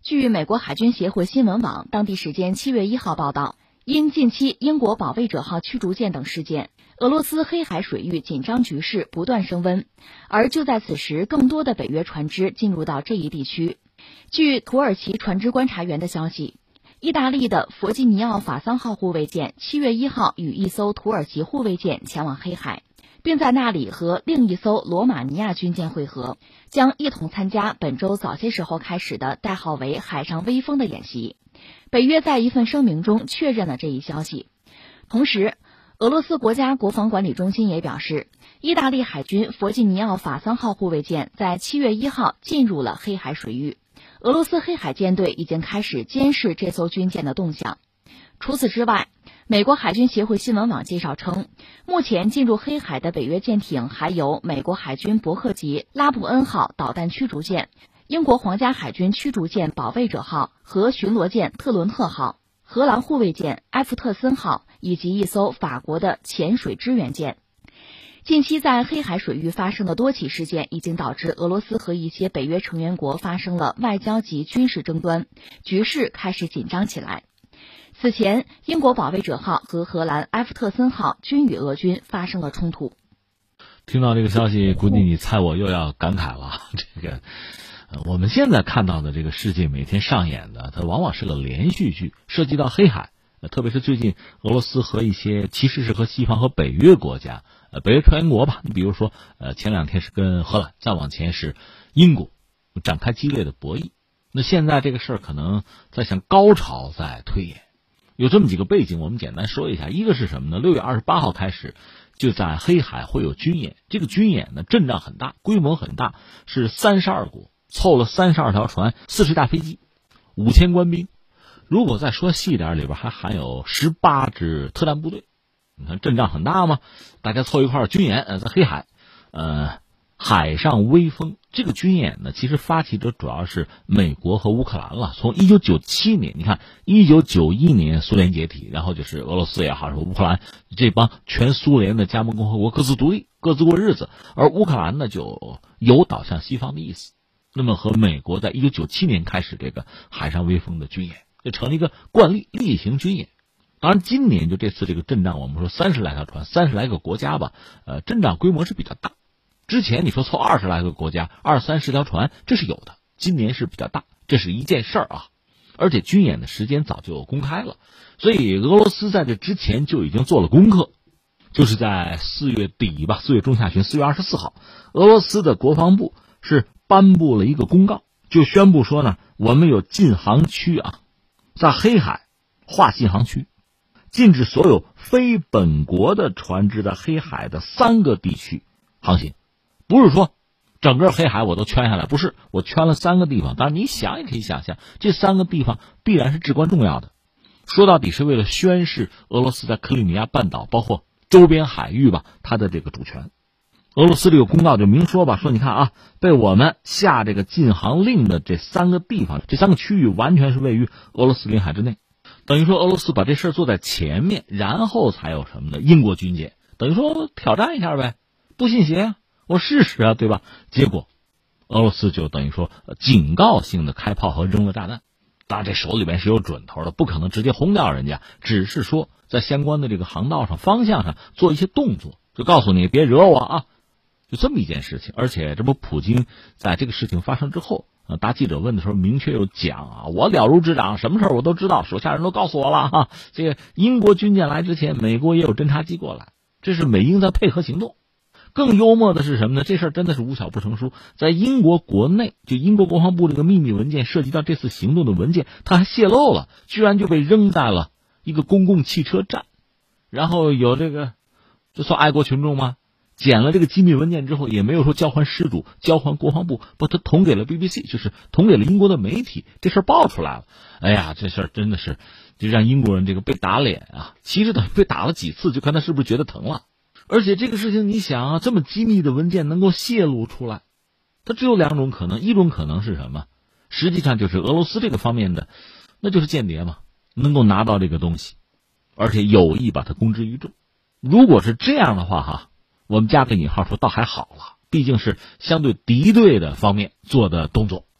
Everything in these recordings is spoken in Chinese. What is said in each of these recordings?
据美国海军协会新闻网当地时间7月1号报道，因近期英国保卫者号驱逐舰等事件，俄罗斯黑海水域紧张局势不断升温，而就在此时，更多的北约船只进入到这一地区。据土耳其船只观察员的消息，意大利的弗吉尼奥法桑号护卫舰7月1号与一艘土耳其护卫舰前往黑海，并在那里和另一艘罗马尼亚军舰会合，将一同参加本周早些时候开始的代号为海上微风的演习。北约在一份声明中确认了这一消息。同时，俄罗斯国家国防管理中心也表示，意大利海军弗吉尼奥法桑号护卫舰在7月1号进入了黑海水域，俄罗斯黑海舰队已经开始监视这艘军舰的动向。除此之外，美国海军协会新闻网介绍称，目前进入黑海的北约舰艇还有美国海军伯克级拉布恩号导弹驱逐舰、英国皇家海军驱逐舰保卫者号和巡逻舰特伦特号、荷兰护卫舰埃弗特森号以及一艘法国的潜水支援舰。近期在黑海水域发生的多起事件已经导致俄罗斯和一些北约成员国发生了外交及军事争端，局势开始紧张起来。此前，英国保卫者号和荷兰埃弗特森号均与俄军发生了冲突。 听到这个消息，估计你猜我又要感慨了。我们现在看到的这个世界每天上演的，它往往是个连续剧，涉及到黑海，特别是最近俄罗斯和一些其实是和西方和北约国家，北约成员国吧，你比如说前2天是跟荷兰，再往前是英国展开激烈的博弈。那现在这个事儿可能在向高潮在推演。有这么几个背景，我们简单说一下。一个是什么呢？6月28号开始，就在黑海会有军演。这个军演呢，阵仗很大，规模很大，是32国，凑了32条船，40架飞机，5000官兵。如果再说细点，里边还含有18支特战部队。你看阵仗很大嘛，大家凑一块军演，在黑海，海上微风。这个军演呢，其实发起者主要是美国和乌克兰了。从1997年，你看1991年苏联解体，然后就是俄罗斯也好，是乌克兰这帮全苏联的加盟共和国各自独立，各自过日子，而乌克兰呢就有倒向西方的意思。那么和美国在1997年开始这个海上微风的军演，就成了一个惯例，例行军演。当然今年就这次这个阵仗，我们说30来条船，30来个国家吧，阵仗规模是比较大。之前你说凑20来个国家，20-30条船，这是有的。今年是比较大，这是一件事儿啊。而且军演的时间早就公开了，所以俄罗斯在这之前就已经做了功课。就是在4月底吧，4月中下旬，4月24号，俄罗斯的国防部是颁布了一个公告，就宣布说呢，我们有禁航区啊，在黑海划禁航区，禁止所有非本国的船只在黑海的3个地区航行。不是说整个黑海我都圈下来，不是，我圈了3个地方。当然你想也可以想象，这3个地方必然是至关重要的。说到底是为了宣示俄罗斯在克里米亚半岛包括周边海域吧，它的这个主权。俄罗斯这个公告就明说吧，说你看啊，被我们下这个禁航令的这3个地方，这3个区域完全是位于俄罗斯领海之内。等于说俄罗斯把这事做在前面，然后才有什么呢？英国军舰，等于说挑战一下呗，不信邪啊，我试试啊，对吧？结果俄罗斯就等于说警告性的开炮和扔了炸弹。当然这手里面是有准头的，不可能直接轰掉人家，只是说在相关的这个航道上方向上做一些动作，就告诉你别惹我啊，就这么一件事情。而且这不普京在这个事情发生之后，答记者问的时候明确有讲啊，我了如指掌，什么事我都知道，手下人都告诉我了哈。这个英国军舰来之前，美国也有侦察机过来，这是美英在配合行动。更幽默的是什么呢？这事儿真的是无巧不成书。在英国国内，就英国国防部这个秘密文件涉及到这次行动的文件，它还泄露了，居然就被扔在了一个公共汽车站。然后有这个，这算爱国群众吗？捡了这个机密文件之后，也没有说交还失主，交还国防部，把它捅给了 BBC， 就是捅给了英国的媒体。这事儿爆出来了，哎呀，这事儿真的是就让英国人这个被打脸啊！其实等于被打了几次，就看他是不是觉得疼了。而且这个事情你想啊，这么机密的文件能够泄露出来，它只有2种可能。一种可能是什么？实际上就是俄罗斯这个方面的，那就是间谍嘛，能够拿到这个东西，而且有意把它公之于众。如果是这样的话哈，我们加个引号说倒还好了，毕竟是相对敌对的方面做的动作。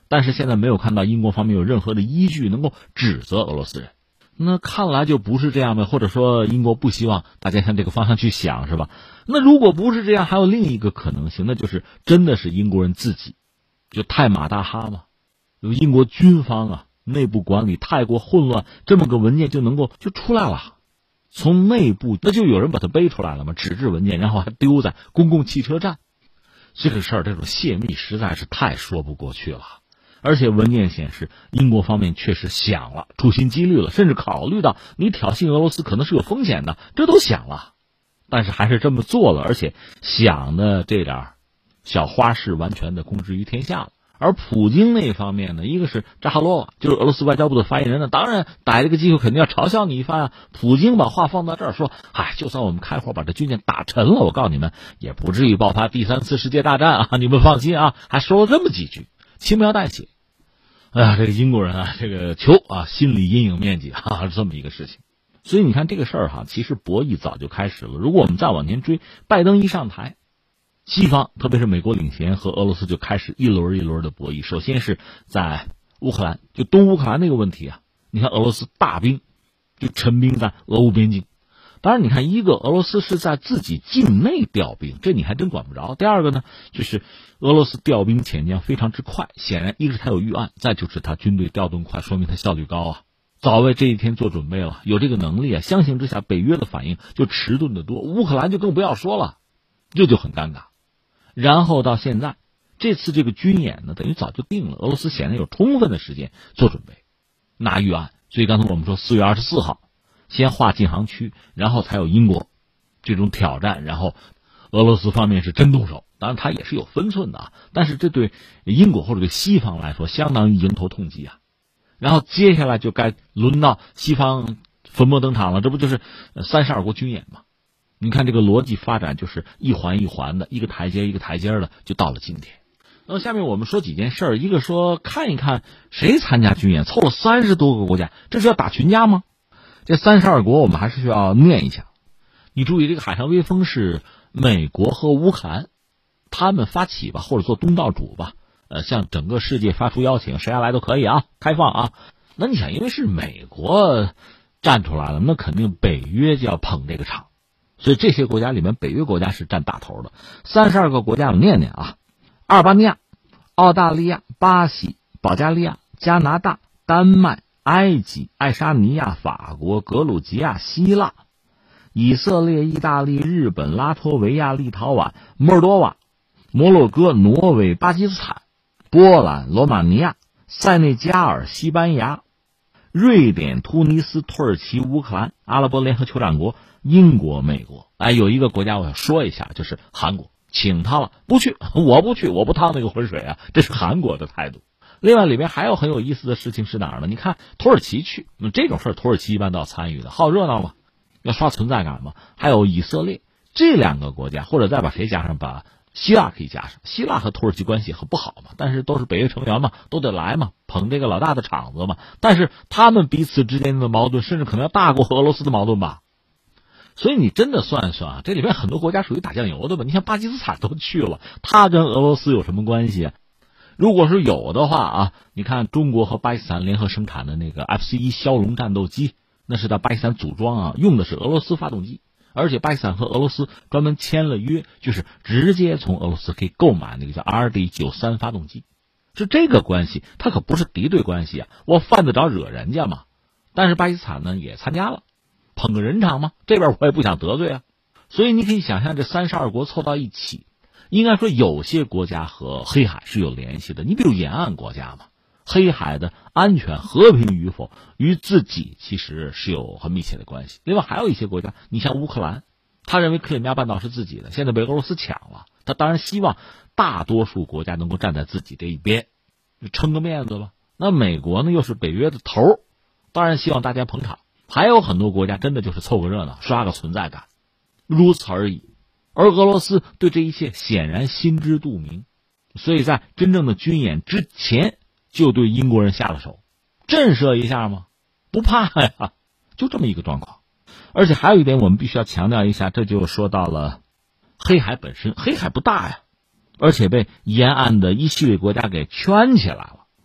但是现在没有看到英国方面有任何的依据能够指责俄罗斯人。那看来就不是这样的，或者说英国不希望大家向这个方向去想，是吧？那如果不是这样，还有另一个可能性，那就是真的是英国人自己就太马大哈嘛，有英国军方啊内部管理太过混乱，这么个文件就能够就出来了，从内部那就有人把它背出来了嘛，纸质文件，然后还丢在公共汽车站。这个事儿这种泄密实在是太说不过去了。而且文件显示，英国方面确实想了，处心积虑了，甚至考虑到你挑衅俄罗斯可能是有风险的，这都想了，但是还是这么做了，而且想的这点小花式完全的公之于天下了。而普京那方面呢，一个是扎哈罗娃，就是俄罗斯外交部的发言人呢，当然逮这个机会肯定要嘲笑你一番啊。普京把话放到这儿说，就算我们开火把这军舰打沉了，我告诉你们，也不至于爆发第3次世界大战啊，你们放心啊，还说了这么几句，轻描淡写。哎呀，这个英国人啊，这个求啊，心理阴影面积是这么一个事情。所以你看这个事儿其实博弈早就开始了。如果我们再往前追，拜登一上台，西方特别是美国领衔和俄罗斯就开始一轮一轮的博弈。首先是在乌克兰，就东乌克兰那个问题啊，你看俄罗斯大兵就陈兵在俄乌边境。当然你看，一个俄罗斯是在自己境内调兵，这你还真管不着。第二个呢，就是俄罗斯调兵遣将非常之快，显然一个是他有预案，再就是他军队调动快，说明他效率高啊，早为这一天做准备了，有这个能力啊。相形之下，北约的反应就迟钝得多，乌克兰就更不要说了，这就很尴尬。然后到现在，这次这个军演呢，等于早就定了，俄罗斯显然有充分的时间做准备，拿预案。所以刚才我们说4月24号先划禁航区，然后才有英国这种挑战，然后俄罗斯方面是真动手。当然他也是有分寸的但是这对英国或者对西方来说相当于迎头痛击啊。然后接下来就该轮到西方粉墨登场了，这不就是32国军演吗？你看这个逻辑发展就是一环一环的，一个台阶一个台阶的，就到了今天。那么下面我们说几件事儿，一个说看一看谁参加军演，凑了30多个国家，这是要打群架吗？这32国我们还是需要念一下。你注意这个海上威风是美国和乌克兰他们发起吧，或者做东道主吧，向整个世界发出邀请，谁要来都可以啊，开放啊。那你想，因为是美国站出来了，那肯定北约就要捧这个场，所以这些国家里面北约国家是占大头的。32个国家我念念啊：阿尔巴尼亚、澳大利亚、巴西、保加利亚、加拿大、丹麦、埃及、爱沙尼亚、法国、格鲁吉亚、希腊、以色列、意大利、日本、拉脱维亚、立陶宛、摩尔多瓦、摩洛哥、挪威、巴基斯坦、波兰、罗马尼亚、塞内加尔、西班牙、瑞典、突尼斯、土耳其、乌克兰、阿拉伯联合酋长国、英国、美国。有一个国家我要说一下，就是韩国，请他了，不去，我不去，我不趟那个浑水啊，这是韩国的态度。另外里面还有很有意思的事情是哪儿呢？你看土耳其去，这种事土耳其一般都要参与的，好热闹嘛，要刷存在感嘛。还有以色列，这2个国家，或者再把谁加上，把希腊可以加上。希腊和土耳其关系很不好嘛，但是都是北约成员嘛，都得来嘛，捧这个老大的场子嘛。但是他们彼此之间的矛盾，甚至可能要大过俄罗斯的矛盾吧。所以你真的算一算这里面很多国家属于打酱油的吧？你像巴基斯坦都去了，他跟俄罗斯有什么关系啊？如果是有的话你看中国和巴基斯坦联合生产的那个 FC-1枭龙战斗机，那是到巴基斯坦组装用的是俄罗斯发动机，而且巴基斯坦和俄罗斯专门签了约，就是直接从俄罗斯可以购买那个叫 RD-93 发动机，是这个关系，它可不是敌对关系我犯得着惹人家嘛？但是巴基斯坦呢也参加了，捧个人场嘛，这边我也不想得罪所以你可以想象这32国凑到一起，应该说有些国家和黑海是有联系的。你比如沿岸国家嘛，黑海的安全和平与否与自己其实是有很密切的关系。另外还有一些国家，你像乌克兰，他认为克里米亚半岛是自己的，现在被俄罗斯抢了，他当然希望大多数国家能够站在自己这一边，撑个面子吧。那美国呢又是北约的头，当然希望大家捧场。还有很多国家真的就是凑个热闹，刷个存在感，如此而已。而俄罗斯对这一切显然心知肚明，所以在真正的军演之前就对英国人下了手，震慑一下吗？不怕呀，就这么一个状况。而且还有一点我们必须要强调一下，这就说到了黑海本身。黑海不大呀，而且被沿岸的一系列国家给圈起来了。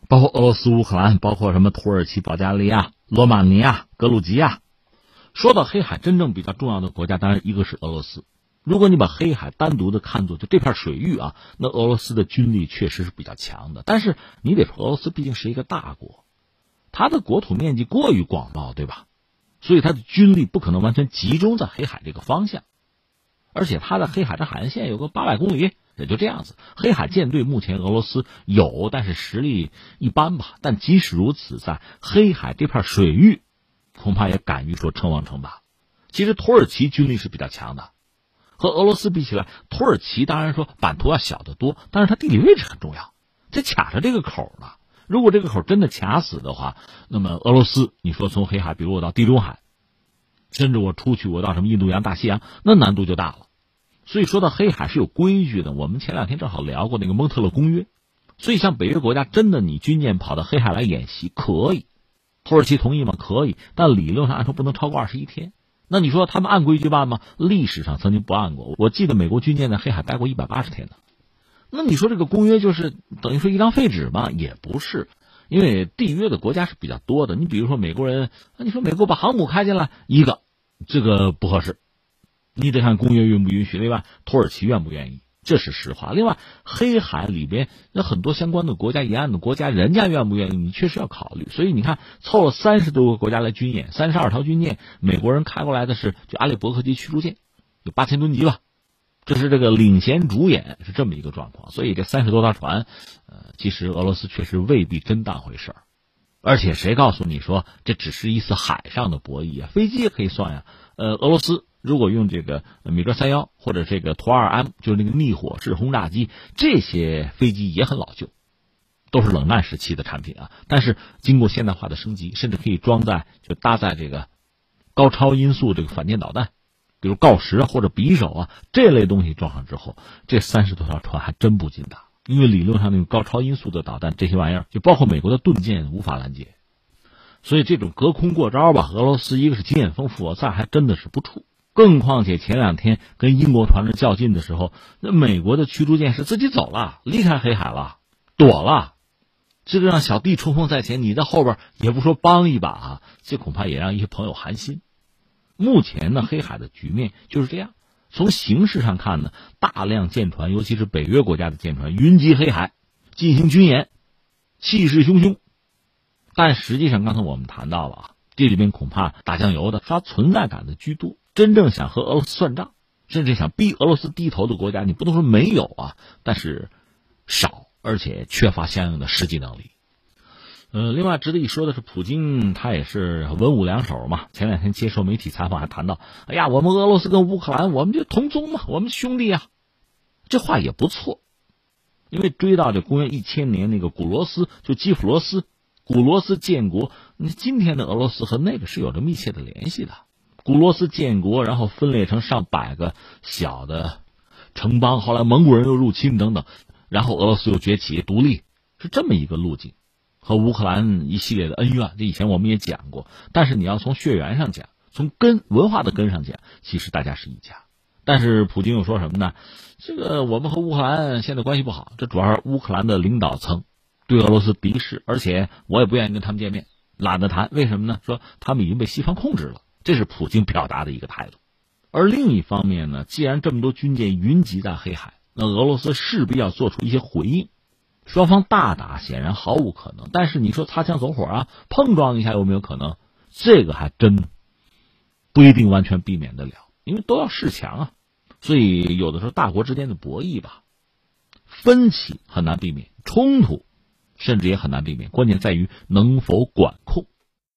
包括俄罗斯、乌克兰，包括什么土耳其、保加利亚、罗马尼亚、格鲁吉亚。说到黑海，真正比较重要的国家，当然一个是俄罗斯。如果你把黑海单独的看作就这片水域啊，那俄罗斯的军力确实是比较强的。但是你得说，俄罗斯毕竟是一个大国，它的国土面积过于广袤，对吧？所以它的军力不可能完全集中在黑海这个方向。而且它的黑海这海岸线有个800公里，也就这样子。黑海舰队目前俄罗斯有，但是实力一般吧。但即使如此，在黑海这片水域，恐怕也敢于说称王称霸。其实土耳其军力是比较强的，和俄罗斯比起来，土耳其当然说版图要小得多，但是它地理位置很重要，这卡着这个口呢。如果这个口真的卡死的话，那么俄罗斯，你说从黑海，比如我到地中海，甚至我出去我到什么印度洋、大西洋，那难度就大了。所以说到黑海是有规矩的，我们前2天正好聊过那个蒙特勒公约。所以像北约国家真的你军舰跑到黑海来演习可以，土耳其同意吗？可以，但理论上按说不能超过21天。那你说他们按规矩办吗？历史上曾经不按过，我记得美国军舰在黑海待过180天呢。那你说这个公约就是等于说一张废纸吗？也不是，因为缔约的国家是比较多的。你比如说美国人，你说美国把航母开进来一个，这个不合适，你得看公约允不允许。另外，土耳其愿不愿意，这是实话。另外，黑海里边有很多相关的国家、沿岸的国家，人家愿不愿意，你确实要考虑。所以你看，凑了30多个国家来军演，32条军舰，美国人开过来的是就阿列伯克级驱逐舰，有8000吨级吧。这是这个领衔主演是这么一个状况。所以这30多条船，其实俄罗斯确实未必真当回事儿。而且谁告诉你说这只是一次海上的博弈啊？飞机也可以算呀。俄罗斯如果用这个米格31或者这个图 2M， 就是那个逆火式轰炸机，这些飞机也很老旧，都是冷战时期的产品啊。但是经过现代化的升级，甚至可以就搭载这个高超音速这个反舰导弹，比如锆石啊或者匕首啊这类东西装上之后，这30多条船还真不禁打。因为理论上那个高超音速的导弹，这些玩意儿就包括美国的盾舰无法拦截，所以这种隔空过招吧，俄罗斯一个是经验丰富，再还真的是不怵。更况且前2天跟英国船只较劲的时候，那美国的驱逐舰是自己走了，离开黑海了，躲了。这个让小弟冲锋在前，你在后边也不说帮一把啊，这恐怕也让一些朋友寒心。目前呢，黑海的局面就是这样。从形势上看呢，大量舰船，尤其是北约国家的舰船云集黑海进行军演，气势汹汹。但实际上刚才我们谈到了啊，这里边恐怕打酱油的、刷存在感的居多。真正想和俄罗斯算账，甚至想逼俄罗斯低头的国家，你不能说没有啊，但是少，而且缺乏相应的实际能力。另外值得一说的是，普京他也是文武两手嘛。前2天接受媒体采访还谈到，哎呀，我们俄罗斯跟乌克兰，我们就同宗嘛，我们兄弟啊，这话也不错。因为追到这公元1000年那个古罗斯，就基辅罗斯，古罗斯建国，那今天的俄罗斯和那个是有着密切的联系的。古罗斯建国，然后分裂成上百个小的城邦，后来蒙古人又入侵等等，然后俄罗斯又崛起独立，是这么一个路径。和乌克兰一系列的恩怨，这以前我们也讲过。但是你要从血缘上讲，从文化的根上讲，其实大家是一家。但是普京又说什么呢？这个我们和乌克兰现在关系不好，这主要是乌克兰的领导层对俄罗斯敌视，而且我也不愿意跟他们见面，懒得谈。为什么呢？说他们已经被西方控制了，这是普京表达的一个态度。而另一方面呢，既然这么多军舰云集在黑海，那俄罗斯势必要做出一些回应。双方大打显然毫无可能，但是你说擦枪走火啊，碰撞一下有没有可能？这个还真不一定完全避免得了，因为都要示强啊。所以有的时候大国之间的博弈吧，分歧很难避免，冲突甚至也很难避免，关键在于能否管控。